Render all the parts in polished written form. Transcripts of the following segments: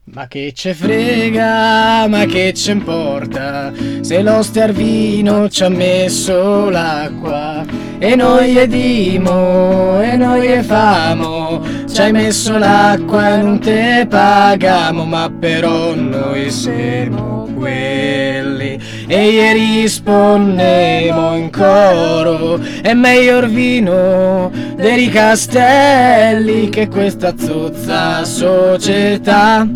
Ma che ce frega, ma che ce importa, se lo stervino ci ha messo l'acqua. E noi è dimo, e noi è famo, ci hai messo l'acqua e non te pagamo. Ma però noi siamo quelli, e gli rispondemo in coro: è meglio il vino dei castelli che questa zozza società.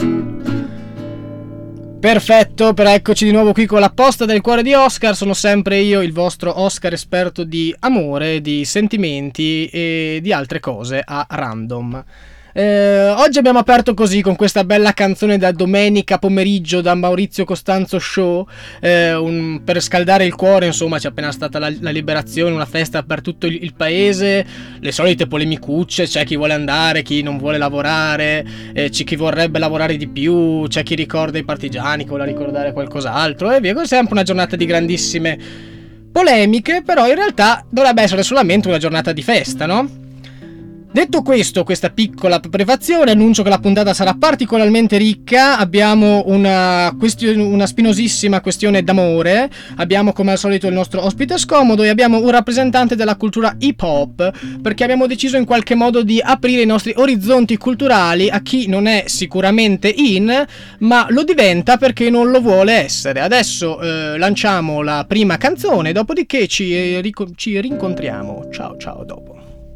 Perfetto, però eccoci di nuovo qui con la posta del cuore di Oscar. Sono sempre io, il vostro Oscar esperto di amore, di sentimenti e di altre cose a random. Oggi abbiamo aperto così con questa bella canzone da domenica pomeriggio da Maurizio Costanzo Show, per scaldare il cuore. Insomma, c'è appena stata la liberazione, una festa per tutto il paese, le solite polemicucce, c'è chi vuole andare, chi non vuole lavorare, c'è chi vorrebbe lavorare di più, c'è chi ricorda i partigiani, chi vuole ricordare qualcos'altro e via. È sempre una giornata di grandissime polemiche, però in realtà dovrebbe essere solamente una giornata di festa, no? Detto questo, questa piccola prefazione, annuncio che la puntata sarà particolarmente ricca. Abbiamo una spinosissima questione d'amore, abbiamo come al solito il nostro ospite scomodo e abbiamo un rappresentante della cultura hip hop, perché abbiamo deciso in qualche modo di aprire i nostri orizzonti culturali a chi non è sicuramente in, ma lo diventa perché non lo vuole essere. Adesso lanciamo la prima canzone, dopodiché ci rincontriamo. Ciao, dopo.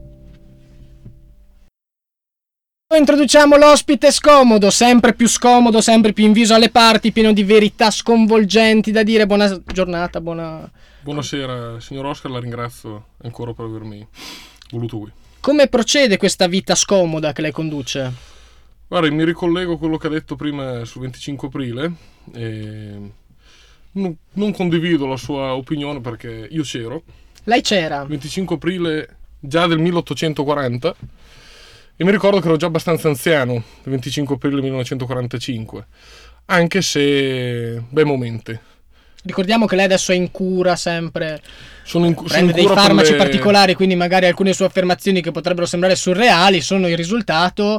Introduciamo l'ospite scomodo, sempre più scomodo, sempre più in viso alle parti, pieno di verità sconvolgenti da dire. Buona giornata, Buonasera, signor Oscar, la ringrazio ancora per avermi voluto qui. Come procede questa vita scomoda che lei conduce? Guarda, mi ricollego a quello che ha detto prima sul 25 aprile e non condivido la sua opinione perché io c'ero. Lei c'era? Il 25 aprile già del 1840. E mi ricordo che ero già abbastanza anziano, il 25 aprile 1945, anche se bei momenti. Ricordiamo che lei adesso è in cura sempre, prende dei cura farmaci particolari, quindi magari alcune sue affermazioni che potrebbero sembrare surreali sono il risultato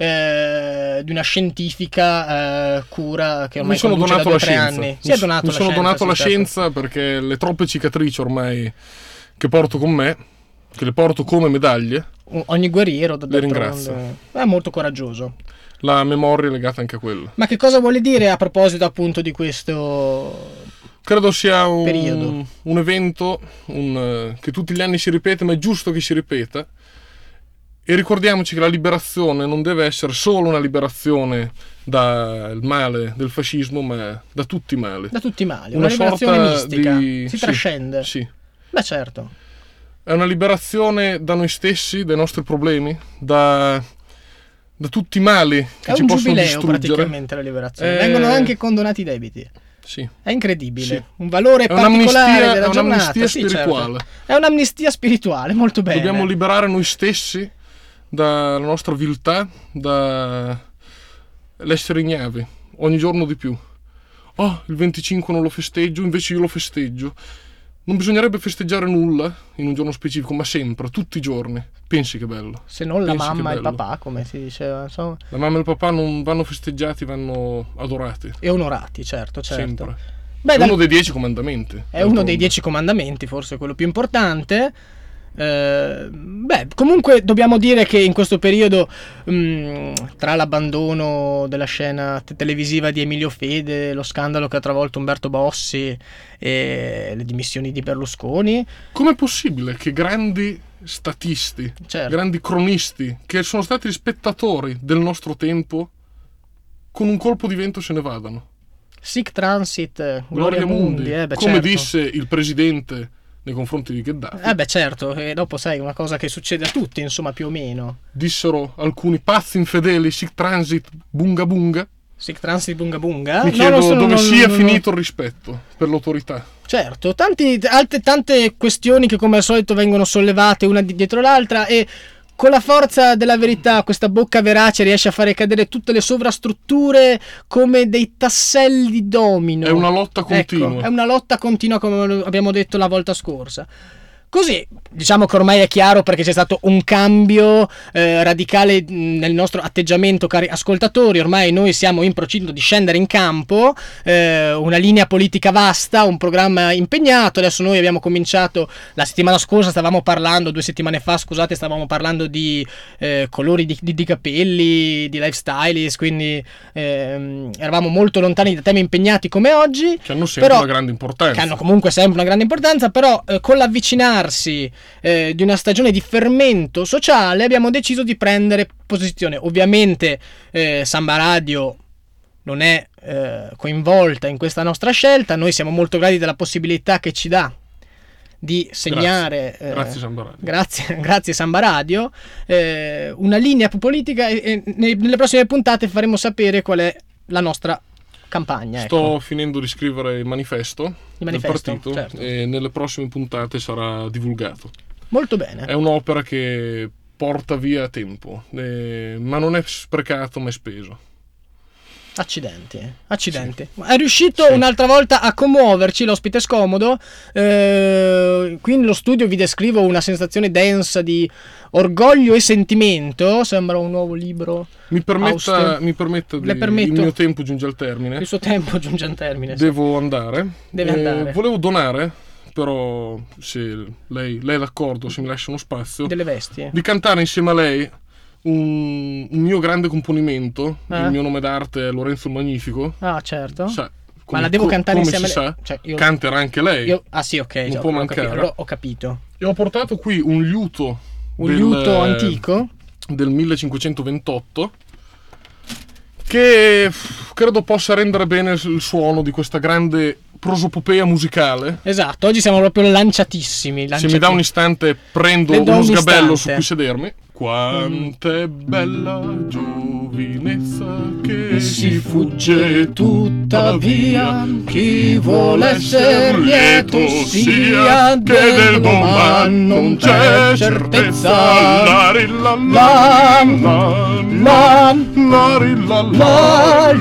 di una scientifica cura che ormai conduce da 2-3 anni. Mi sono donato alla scienza perché le troppe cicatrici ormai che porto con me, che le porto come medaglie, ogni guerriero le ringrazio. È molto coraggioso. La memoria è legata anche a quello. Ma che cosa vuole dire a proposito appunto di questo? Credo sia un evento che tutti gli anni si ripete, ma è giusto che si ripeta. E ricordiamoci che la liberazione non deve essere solo una liberazione dal male del fascismo, ma da tutti i mali. Da tutti i mali, una liberazione mistica. Si trascende. Sì. Beh, certo. È una liberazione da noi stessi, dai nostri problemi, da tutti i mali che ci possono distruggere. È un giubileo praticamente la liberazione. Vengono anche condonati i debiti. Sì. È incredibile. Sì. Un valore particolare della giornata. È un'amnistia spirituale. Certo. È un'amnistia spirituale, molto bene. Dobbiamo liberare noi stessi dalla nostra viltà, dall'essere ignavi, ogni giorno di più. Oh, il 25 non lo festeggio, invece io lo festeggio. Non bisognerebbe festeggiare nulla in un giorno specifico, ma sempre, tutti i giorni. Pensi che bello. Se non la mamma e il papà, come si diceva, insomma. La mamma e il papà non vanno festeggiati, vanno adorati. E onorati, certo. Sempre. È uno dei 10 comandamenti. È uno dei 10 comandamenti, forse quello più importante. Comunque dobbiamo dire che in questo periodo tra l'abbandono della scena televisiva di Emilio Fede, lo scandalo che ha travolto Umberto Bossi e le dimissioni di Berlusconi, com'è possibile che grandi statisti, grandi cronisti che sono stati spettatori del nostro tempo con un colpo di vento se ne vadano? Sic transit gloria mundi, come disse il presidente nei confronti di Gheddafi. Certo, e dopo sai, una cosa che succede a tutti, insomma, più o meno. Dissero alcuni pazzi infedeli, sic transit bunga bunga. Sic transit bunga bunga. Mi chiedo dove sia finito il rispetto per l'autorità. Certo, tante questioni che come al solito vengono sollevate una dietro l'altra e con la forza della verità questa bocca verace riesce a fare cadere tutte le sovrastrutture come dei tasselli di domino. È una lotta continua. Ecco, è una lotta continua, come abbiamo detto la volta scorsa. Così, diciamo che ormai è chiaro perché c'è stato un cambio radicale nel nostro atteggiamento, cari ascoltatori. Ormai noi siamo in procinto di scendere in campo, una linea politica vasta, un programma impegnato. Adesso noi abbiamo cominciato la settimana scorsa, 2 settimane fa, scusate, stavamo parlando di colori di capelli, di lifestyle, quindi eravamo molto lontani da temi impegnati come oggi. Che hanno sempre una grande importanza. Che hanno comunque sempre una grande importanza, però con l'avvicinarsi di una stagione di fermento sociale abbiamo deciso di prendere posizione. Ovviamente Samba Radio non è coinvolta in questa nostra scelta, noi siamo molto grati della possibilità che ci dà di segnare, grazie Samba Radio, grazie Samba Radio, una linea politica, e nelle prossime puntate faremo sapere qual è la nostra campagna. Sto finendo di scrivere il manifesto del partito, certo. E nelle prossime puntate sarà divulgato. Molto bene. È un'opera che porta via tempo, ma non è sprecato, ma è speso. Accidenti. Sì. È riuscito un'altra volta a commuoverci l'ospite scomodo. Qui nello studio vi descrivo una sensazione densa di orgoglio e sentimento. Sembra un nuovo libro. Mi permetta il mio tempo giunge al termine. Il suo tempo giunge al termine. Devo andare. Deve andare. Volevo donare, però se lei è d'accordo, se mi lascia uno spazio, delle vesti, di cantare insieme a lei un mio grande componimento. Il mio nome d'arte è Lorenzo il Magnifico. Ah, certo. Ma la devo cantare insieme a lei? Cioè, canterà anche lei. Sì, ok. Non può mancare. Ho capito. E ho portato qui un liuto. Liuto antico del 1528, che credo possa rendere bene il suono di questa grande prosopopea musicale. Esatto, oggi siamo proprio lanciatissimi. Se mi dà un istante prendo uno sgabello su cui sedermi. Quant'è bella giovinezza che si fugge tuttavia, chi vuole essere lieto sia, che del domani non c'è certezza. La la la la la la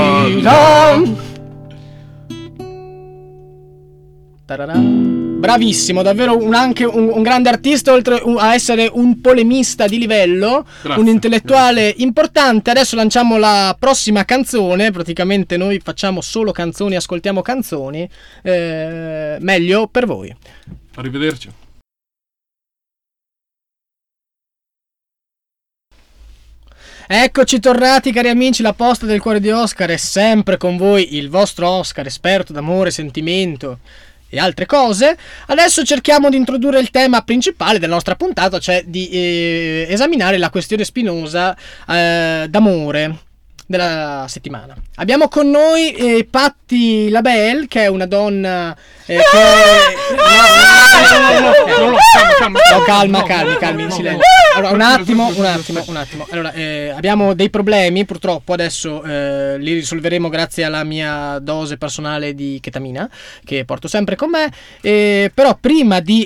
la. Bravissimo, davvero anche un grande artista, oltre a essere un polemista di livello. Grazie, un intellettuale importante. Adesso lanciamo la prossima canzone. Praticamente noi facciamo solo canzoni, ascoltiamo canzoni. Meglio per voi. Arrivederci. Eccoci tornati, cari amici. La posta del cuore di Oscar è sempre con voi, il vostro Oscar, esperto d'amore, sentimento e altre cose. Adesso cerchiamo di introdurre il tema principale della nostra puntata, cioè di esaminare la questione spinosa d'amore della settimana. Abbiamo con noi Patti Labelle, che è una donna calmi, silenzio. Allora, un attimo. Allora, abbiamo dei problemi, purtroppo, adesso li risolveremo grazie alla mia dose personale di chetamina, che porto sempre con me. Però prima di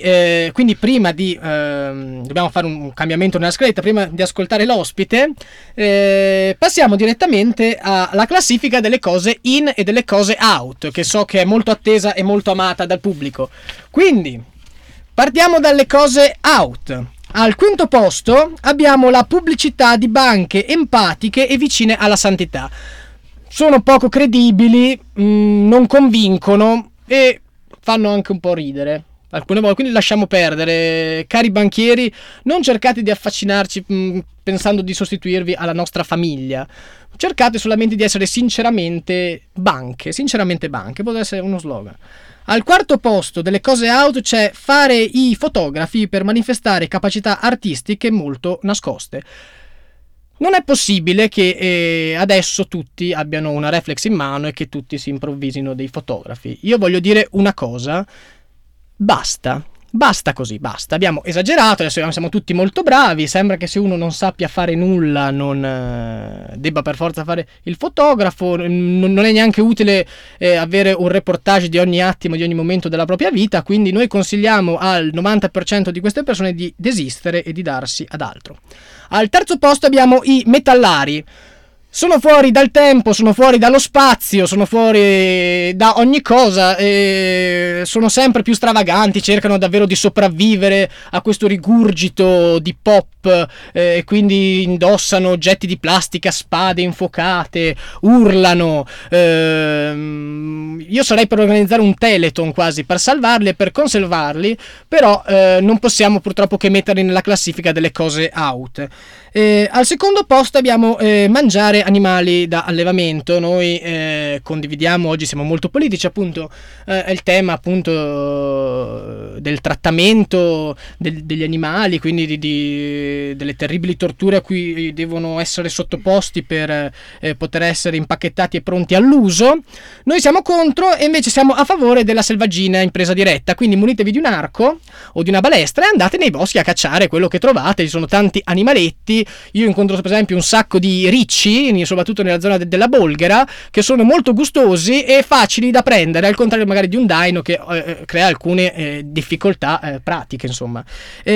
dobbiamo fare un cambiamento nella scaletta, prima di ascoltare l'ospite, passiamo direttamente alla classifica delle cose in e delle cose out, che so che è molto attesa e molto amata dal pubblico. Quindi partiamo dalle cose out. Al quinto posto abbiamo la pubblicità di banche empatiche e vicine alla santità. Sono poco credibili, non convincono e fanno anche un po' ridere alcune volte, quindi lasciamo perdere. Cari banchieri, non cercate di affascinarci pensando di sostituirvi alla nostra famiglia. Cercate solamente di essere sinceramente banche, potrebbe essere uno slogan. Al quarto posto delle cose out c'è fare i fotografi per manifestare capacità artistiche molto nascoste. Non è possibile che adesso tutti abbiano una reflex in mano e che tutti si improvvisino dei fotografi. Io voglio dire una cosa: basta così, basta. Abbiamo esagerato, adesso siamo tutti molto bravi, sembra che se uno non sappia fare nulla non debba per forza fare il fotografo, non è neanche utile avere un reportage di ogni attimo, di ogni momento della propria vita, quindi noi consigliamo al 90% di queste persone di desistere e di darsi ad altro. Al terzo posto abbiamo i metallari. Sono fuori dal tempo, sono fuori dallo spazio, sono fuori da ogni cosa, e sono sempre più stravaganti, cercano davvero di sopravvivere a questo rigurgito di pop, e quindi indossano oggetti di plastica, spade infuocate, urlano. Io sarei per organizzare un Teleton quasi per salvarli e per conservarli, però non possiamo purtroppo che metterli nella classifica delle cose out. Al secondo posto abbiamo mangiare animali da allevamento. Noi condividiamo, oggi siamo molto politici, appunto, è il tema appunto del trattamento degli animali, quindi delle terribili torture a cui devono essere sottoposti per poter essere impacchettati e pronti all'uso. Noi siamo contro, e invece siamo a favore della selvaggina in presa diretta, quindi munitevi di un arco o di una balestra e andate nei boschi a cacciare quello che trovate. Ci sono tanti animaletti. Io incontro per esempio un sacco di ricci, soprattutto nella zona della Bolghera, che sono molto gustosi e facili da prendere, al contrario magari di un daino che crea alcune difficoltà pratiche, insomma.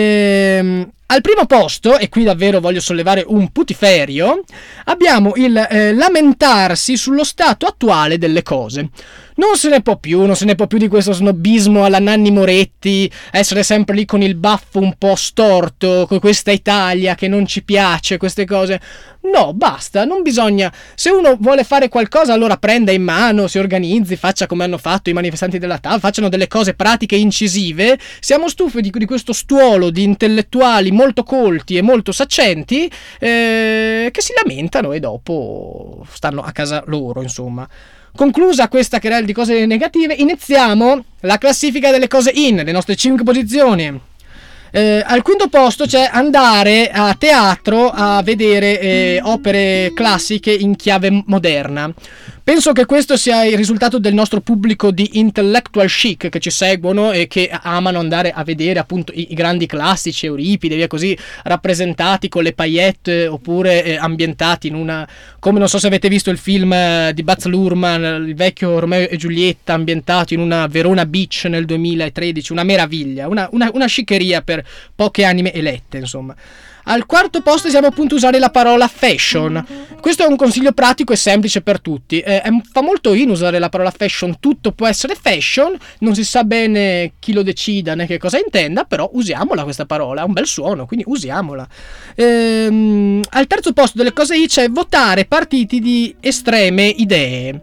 Al primo posto, e qui davvero voglio sollevare un putiferio, abbiamo il lamentarsi sullo stato attuale delle cose. Non se ne può più di questo snobismo alla Nanni Moretti, essere sempre lì con il baffo un po' storto, con questa Italia che non ci piace, queste cose. No, basta, non bisogna. Se uno vuole fare qualcosa, allora prenda in mano, si organizzi, faccia come hanno fatto i manifestanti della TAV, facciano delle cose pratiche e incisive. Siamo stufi di questo stuolo di intellettuali molto colti e molto saccenti che si lamentano e dopo stanno a casa loro, insomma. Conclusa questa querela di cose negative, iniziamo la classifica delle cose in, le nostre 5 posizioni. Al quinto posto c'è andare a teatro a vedere opere classiche in chiave moderna. Penso che questo sia il risultato del nostro pubblico di intellectual chic che ci seguono e che amano andare a vedere appunto i grandi classici, Euripide, via così, rappresentati con le paillette oppure ambientati in una, come non so se avete visto il film di Baz Luhrmann, il vecchio Romeo e Giulietta, ambientato in una Verona Beach nel 2013, una meraviglia, una sciccheria per poche anime elette, insomma. Al quarto posto siamo appunto a usare la parola fashion. Questo è un consiglio pratico e semplice per tutti. Fa molto in usare la parola fashion, tutto può essere fashion, non si sa bene chi lo decida né che cosa intenda, però usiamola questa parola, ha un bel suono, quindi usiamola. Al terzo posto delle cose I c'è votare partiti di estreme idee.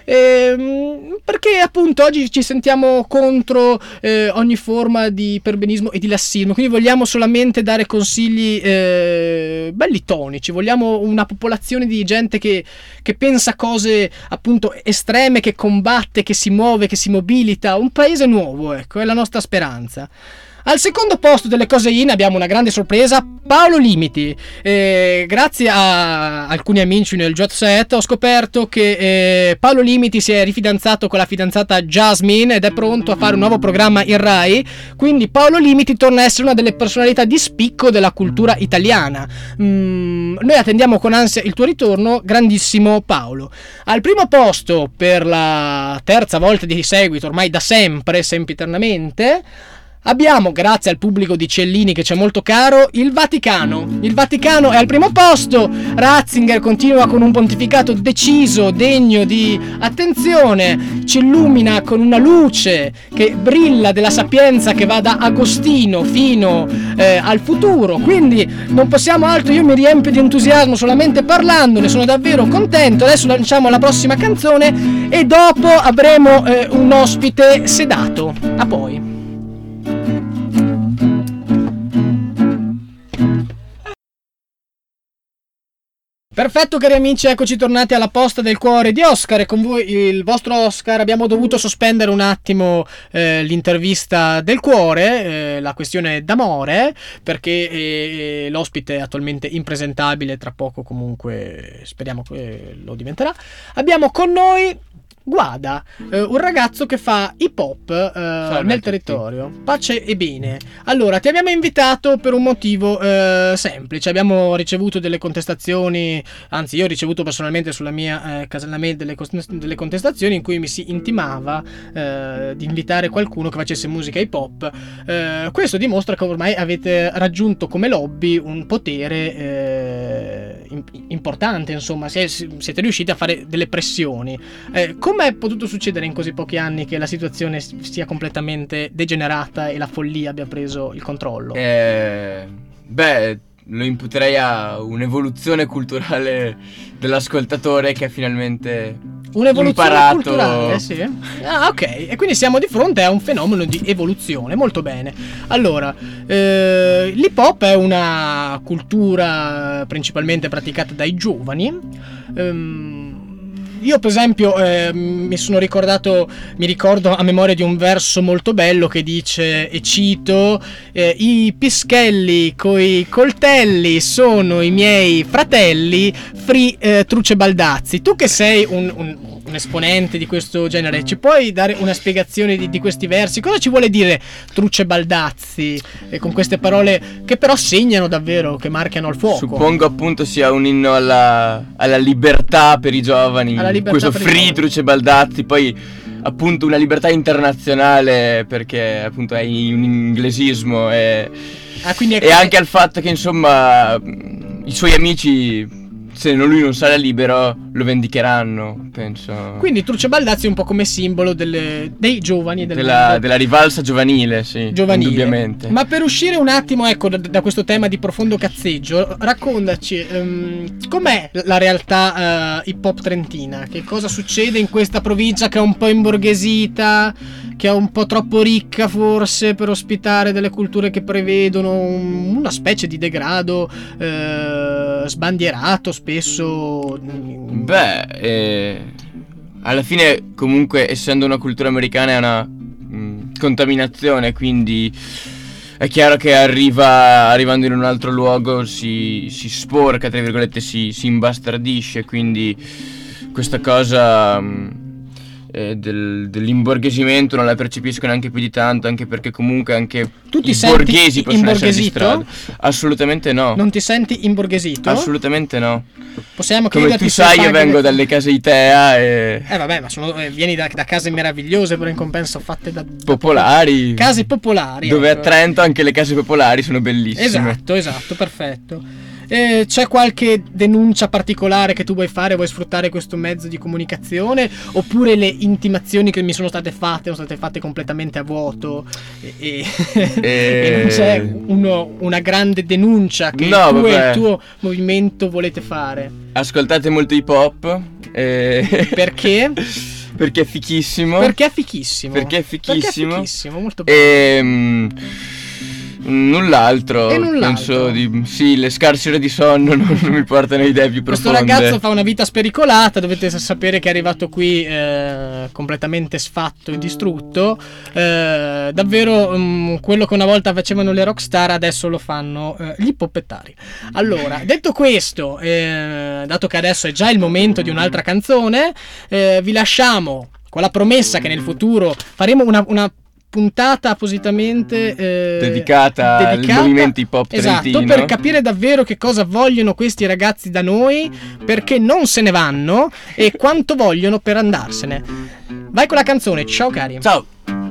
Perché appunto oggi ci sentiamo contro ogni forma di perbenismo e di lassismo, quindi vogliamo solamente dare consigli belli tonici, vogliamo una popolazione di gente che pensa cose appunto estreme, che combatte, che si muove, che si mobilita, un paese nuovo, ecco, è la nostra speranza. Al secondo posto delle cose in abbiamo una grande sorpresa, Paolo Limiti. Grazie a alcuni amici nel jet set ho scoperto che Paolo Limiti si è rifidanzato con la fidanzata Jasmine ed è pronto a fare un nuovo programma in Rai, quindi Paolo Limiti torna a essere una delle personalità di spicco della cultura italiana. Noi attendiamo con ansia il tuo ritorno, grandissimo Paolo. Al primo posto, per la terza volta di seguito, ormai da sempre, sempiternamente, abbiamo, grazie al pubblico di Cellini che c'è molto caro, il Vaticano. Il Vaticano è al primo posto. Ratzinger continua con un pontificato deciso, degno di attenzione, ci illumina con una luce che brilla della sapienza che va da Agostino fino al futuro. Quindi non possiamo altro, io mi riempio di entusiasmo solamente parlandone, sono davvero contento. Adesso lanciamo la prossima canzone e dopo avremo un ospite sedato. A poi. Perfetto cari amici, eccoci tornati alla posta del cuore di Oscar e con voi il vostro Oscar. Abbiamo dovuto sospendere un attimo l'intervista del cuore, la questione d'amore, perché l'ospite è attualmente impresentabile, tra poco comunque speriamo che lo diventerà. Abbiamo con noi Guada, un ragazzo che fa hip hop a nel tutti. territorio. Pace e bene. Allora, ti abbiamo invitato per un motivo semplice. Abbiamo ricevuto delle contestazioni, anzi io ho ricevuto personalmente sulla mia casella mail delle contestazioni in cui mi si intimava di invitare qualcuno che facesse musica hip hop. Questo dimostra che ormai avete raggiunto come lobby un potere importante, insomma, siete riusciti a fare delle pressioni. Come è potuto succedere in così pochi anni che la situazione sia completamente degenerata e la follia abbia preso il controllo? Beh, lo imputerei a un'evoluzione culturale dell'ascoltatore che ha finalmente Un'evoluzione imparato. culturale, sì. Ah, ok. E quindi siamo di fronte a un fenomeno di evoluzione. Molto bene. Allora, l'hip hop è una cultura principalmente praticata dai giovani. Io per esempio mi ricordo a memoria di un verso molto bello che dice, e cito, i pischelli coi coltelli sono i miei fratelli, Truce Baldazzi. Tu che sei un esponente di questo genere, ci puoi dare una spiegazione di questi versi? Cosa ci vuole dire Truce Baldazzi con queste parole che però segnano davvero, che marchiano il fuoco? Suppongo appunto sia un inno alla libertà per i giovani, Alla libertà questo per i free giovani. Truce Baldazzi, poi appunto una libertà internazionale perché appunto è un inglesismo e Quindi e anche al fatto che insomma i suoi amici, se lui non sarà libero, lo vendicheranno, penso. Quindi Truce Baldazzi è un po' come simbolo dei giovani e della rivalsa giovanile, sì, giovanile. indubbiamente. Ma per uscire un attimo, ecco, da questo tema di profondo cazzeggio, raccontaci com'è la realtà hip hop trentina? Che cosa succede in questa provincia che è un po' imborghesita, che è un po' troppo ricca forse per ospitare delle culture che prevedono una specie di degrado sbandierato spesso? Beh, alla fine comunque essendo una cultura americana è una contaminazione, quindi è chiaro che arrivando in un altro luogo si sporca, tra virgolette, si imbastardisce, quindi questa cosa dell'imborghesimento non la percepisco neanche più di tanto, anche perché comunque anche Tu ti i senti borghesi possono essere di imborghesito? strada. Assolutamente no. Non ti senti imborghesito? Assolutamente no. Possiamo Come chiederti tu se sai, io paghi vengo le- dalle case Itea e vabbè, ma vieni da case meravigliose, però in compenso fatte da popolari. case popolari. Dove ecco. a Trento anche le case popolari sono bellissime. Esatto, perfetto. C'è qualche denuncia particolare che tu vuoi fare? Vuoi sfruttare questo mezzo di comunicazione? Oppure le intimazioni che mi sono state fatte completamente a vuoto e non c'è una grande denuncia che No, tu e vabbè. il tuo movimento volete fare? Ascoltate molto hip hop. Perché? Perché è fichissimo. Perché è fichissimo. Perché è fichissimo. Molto bello. Null'altro. E null'altro. Penso sì, le scarse ore di sonno non mi portano a idee più Questo profonde. ragazzo fa una vita spericolata, dovete sapere che è arrivato qui completamente sfatto e distrutto. Davvero quello che una volta facevano le rockstar adesso lo fanno gli poppettari. Allora, detto questo, dato che adesso è già il momento di un'altra canzone, vi lasciamo con la promessa che nel futuro faremo una puntata appositamente dedicata al movimento hip hop trentino. esatto, per capire davvero che cosa vogliono questi ragazzi da noi, perché non se ne vanno e quanto vogliono per andarsene. Vai con la canzone, ciao cari. Ciao.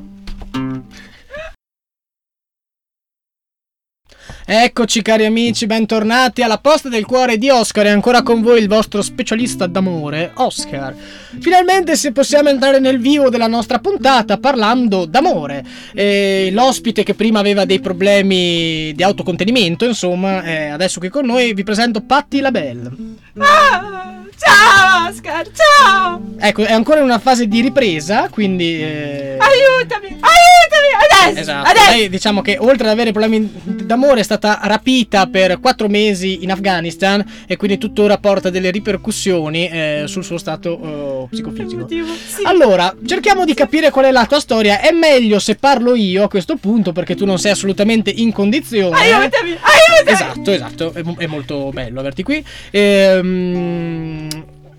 Eccoci cari amici, bentornati alla Posta del Cuore di Oscar. È ancora con voi il vostro specialista d'amore, Oscar. Finalmente se possiamo entrare nel vivo della nostra puntata parlando d'amore. L'ospite che prima aveva dei problemi di autocontenimento, insomma, adesso qui con noi vi presento Patti LaBelle. Ciao Oscar, ciao! Ecco, è ancora in una fase di ripresa, quindi Aiutami, adesso! esatto. Adesso! Lei, diciamo che oltre ad avere problemi d'amore è stata rapita per 4 mesi in Afghanistan e quindi tuttora porta delle ripercussioni sul suo stato psicofisico. Sì. Allora, cerchiamo di capire qual è la tua storia. È meglio se parlo io a questo punto perché tu non sei assolutamente in condizione. Aiutami! Esatto, è molto bello averti qui.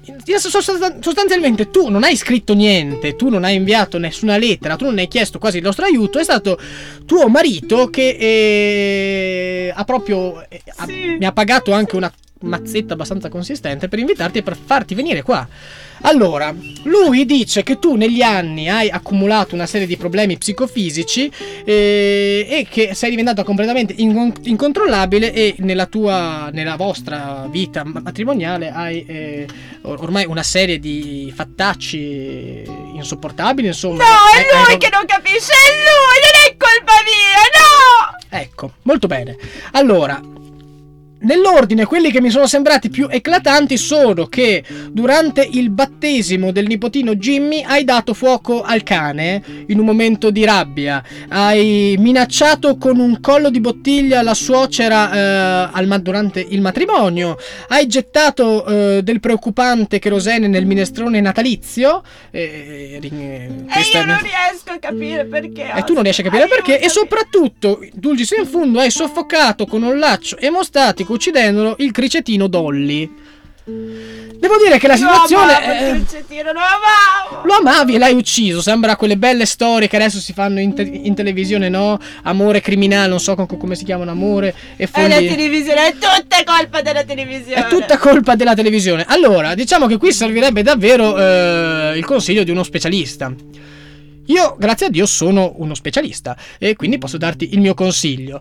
sostanzialmente tu non hai scritto niente, tu non hai inviato nessuna lettera, tu non hai chiesto quasi il nostro aiuto, è stato tuo marito che mi ha pagato anche una mazzetta abbastanza consistente per invitarti e per farti venire qua. Allora, lui dice che tu negli anni hai accumulato una serie di problemi psicofisici e che sei diventato completamente incontrollabile, e nella vostra vita matrimoniale hai ormai una serie di fattacci insopportabili, insomma. No, è lui che non capisce, è lui, non è colpa mia, no! Ecco, molto bene. Allora, nell'ordine, quelli che mi sono sembrati più eclatanti sono che durante il battesimo del nipotino Jimmy hai dato fuoco al cane in un momento di rabbia, hai minacciato con un collo di bottiglia la suocera durante il matrimonio, hai gettato del preoccupante kerosene nel minestrone natalizio e io non riesco a capire perché. E tu non riesci a capire perché, e soprattutto, dulcis in fundo, hai soffocato con un laccio emostatico, uccidendolo, il cricetino Dolly. Devo dire che la situazione il cricetino, lo amavo. Lo amavi e l'hai ucciso. Sembra quelle belle storie che adesso si fanno in televisione, no? Amore criminale, non so come si chiamano, amore e folli. La televisione, è tutta colpa della televisione. È tutta colpa della televisione. Allora, diciamo che qui servirebbe davvero il consiglio di uno specialista. Io, grazie a Dio, sono uno specialista e quindi posso darti il mio consiglio.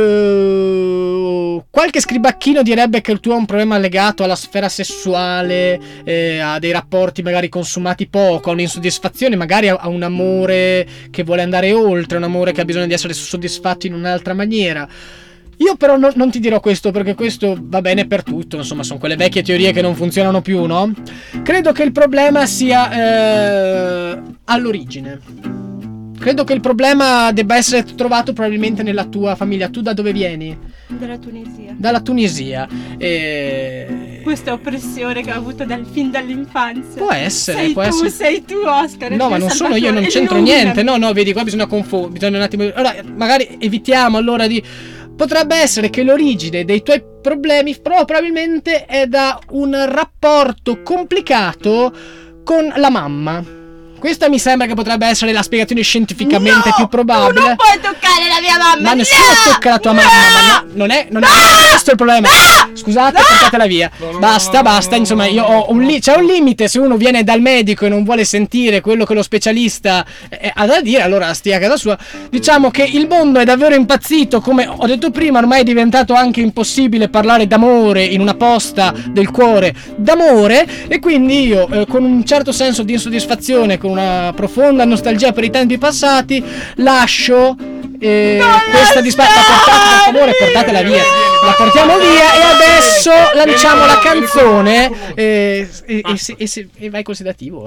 Qualche scribacchino direbbe che il tuo è un problema legato alla sfera sessuale, a dei rapporti magari consumati poco, a un'insoddisfazione, magari a un amore che vuole andare oltre, un amore che ha bisogno di essere soddisfatto in un'altra maniera. Io però non ti dirò questo, perché questo va bene per tutto, insomma sono quelle vecchie teorie che non funzionano più, no? Credo che il problema sia all'origine. Credo che il problema debba essere trovato probabilmente nella tua famiglia. Tu da dove vieni? Dalla Tunisia. Dalla Tunisia. Questa oppressione che ho avuto fin dall'infanzia. Può essere. Sei tu, Oscar. No, ma non sono io, non c'entro niente. No, vedi, qua bisogna confondere. Bisogna un attimo. Allora, magari evitiamo allora di. Potrebbe essere che l'origine dei tuoi problemi probabilmente è da un rapporto complicato con la mamma. Questa mi sembra che potrebbe essere la spiegazione scientificamente più probabile. Non puoi toccare la mia mamma. Ma nessuno tocca la tua mamma. Ma non è questo il problema. Scusate, portatela via. Basta. Insomma, io ho c'è un limite. Se uno viene dal medico e non vuole sentire quello che lo specialista ha da dire, allora stia a casa sua. Diciamo che il mondo è davvero impazzito. Come ho detto prima, ormai è diventato anche impossibile parlare d'amore in una posta del cuore d'amore. E quindi io, con un certo senso di insoddisfazione, con una profonda nostalgia per i tempi passati, lascio questa disfatta. Per favore, portatela via. La portiamo via e adesso lanciamo la canzone e vai col sedativo.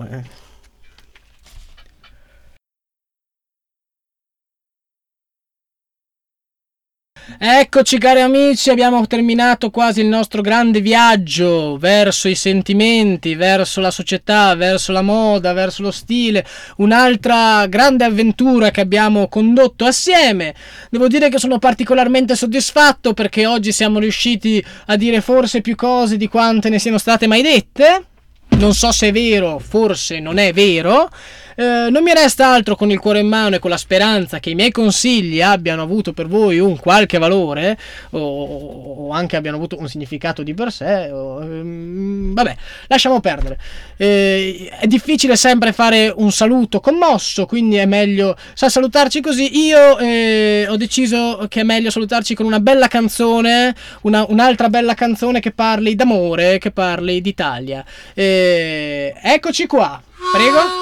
Eccoci cari amici, abbiamo terminato quasi il nostro grande viaggio verso i sentimenti, verso la società, verso la moda, verso lo stile, un'altra grande avventura che abbiamo condotto assieme. Devo dire che sono particolarmente soddisfatto perché oggi siamo riusciti a dire forse più cose di quante ne siano state mai dette. Non so se è vero, forse non è vero. Non mi resta altro, con il cuore in mano e con la speranza che i miei consigli abbiano avuto per voi un qualche valore o anche abbiano avuto un significato di per sé. Vabbè, lasciamo perdere. È difficile sempre fare un saluto commosso, quindi è meglio salutarci così. Io ho deciso che è meglio salutarci con una bella canzone, un'altra bella canzone che parli d'amore, che parli d'Italia. Eccoci qua, prego.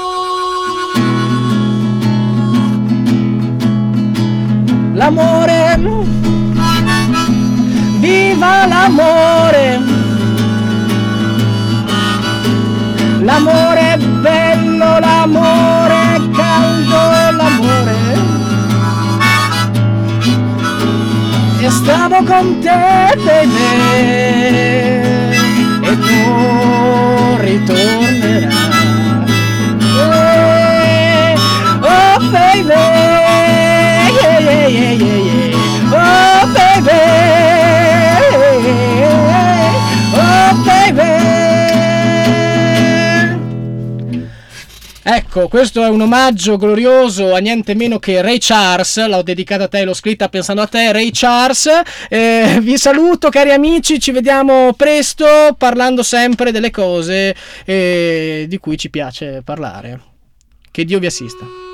L'amore, viva l'amore, l'amore è bello, l'amore è caldo, l'amore, e stavo con te, baby, e tu ritornerai, oh baby. Oh baby, oh baby. Ecco, questo è un omaggio glorioso a niente meno che Ray Charles. L'ho dedicata a te, l'ho scritta pensando a te, Ray Charles. Vi saluto cari amici, ci vediamo presto parlando sempre delle cose di cui ci piace parlare. Che Dio vi assista.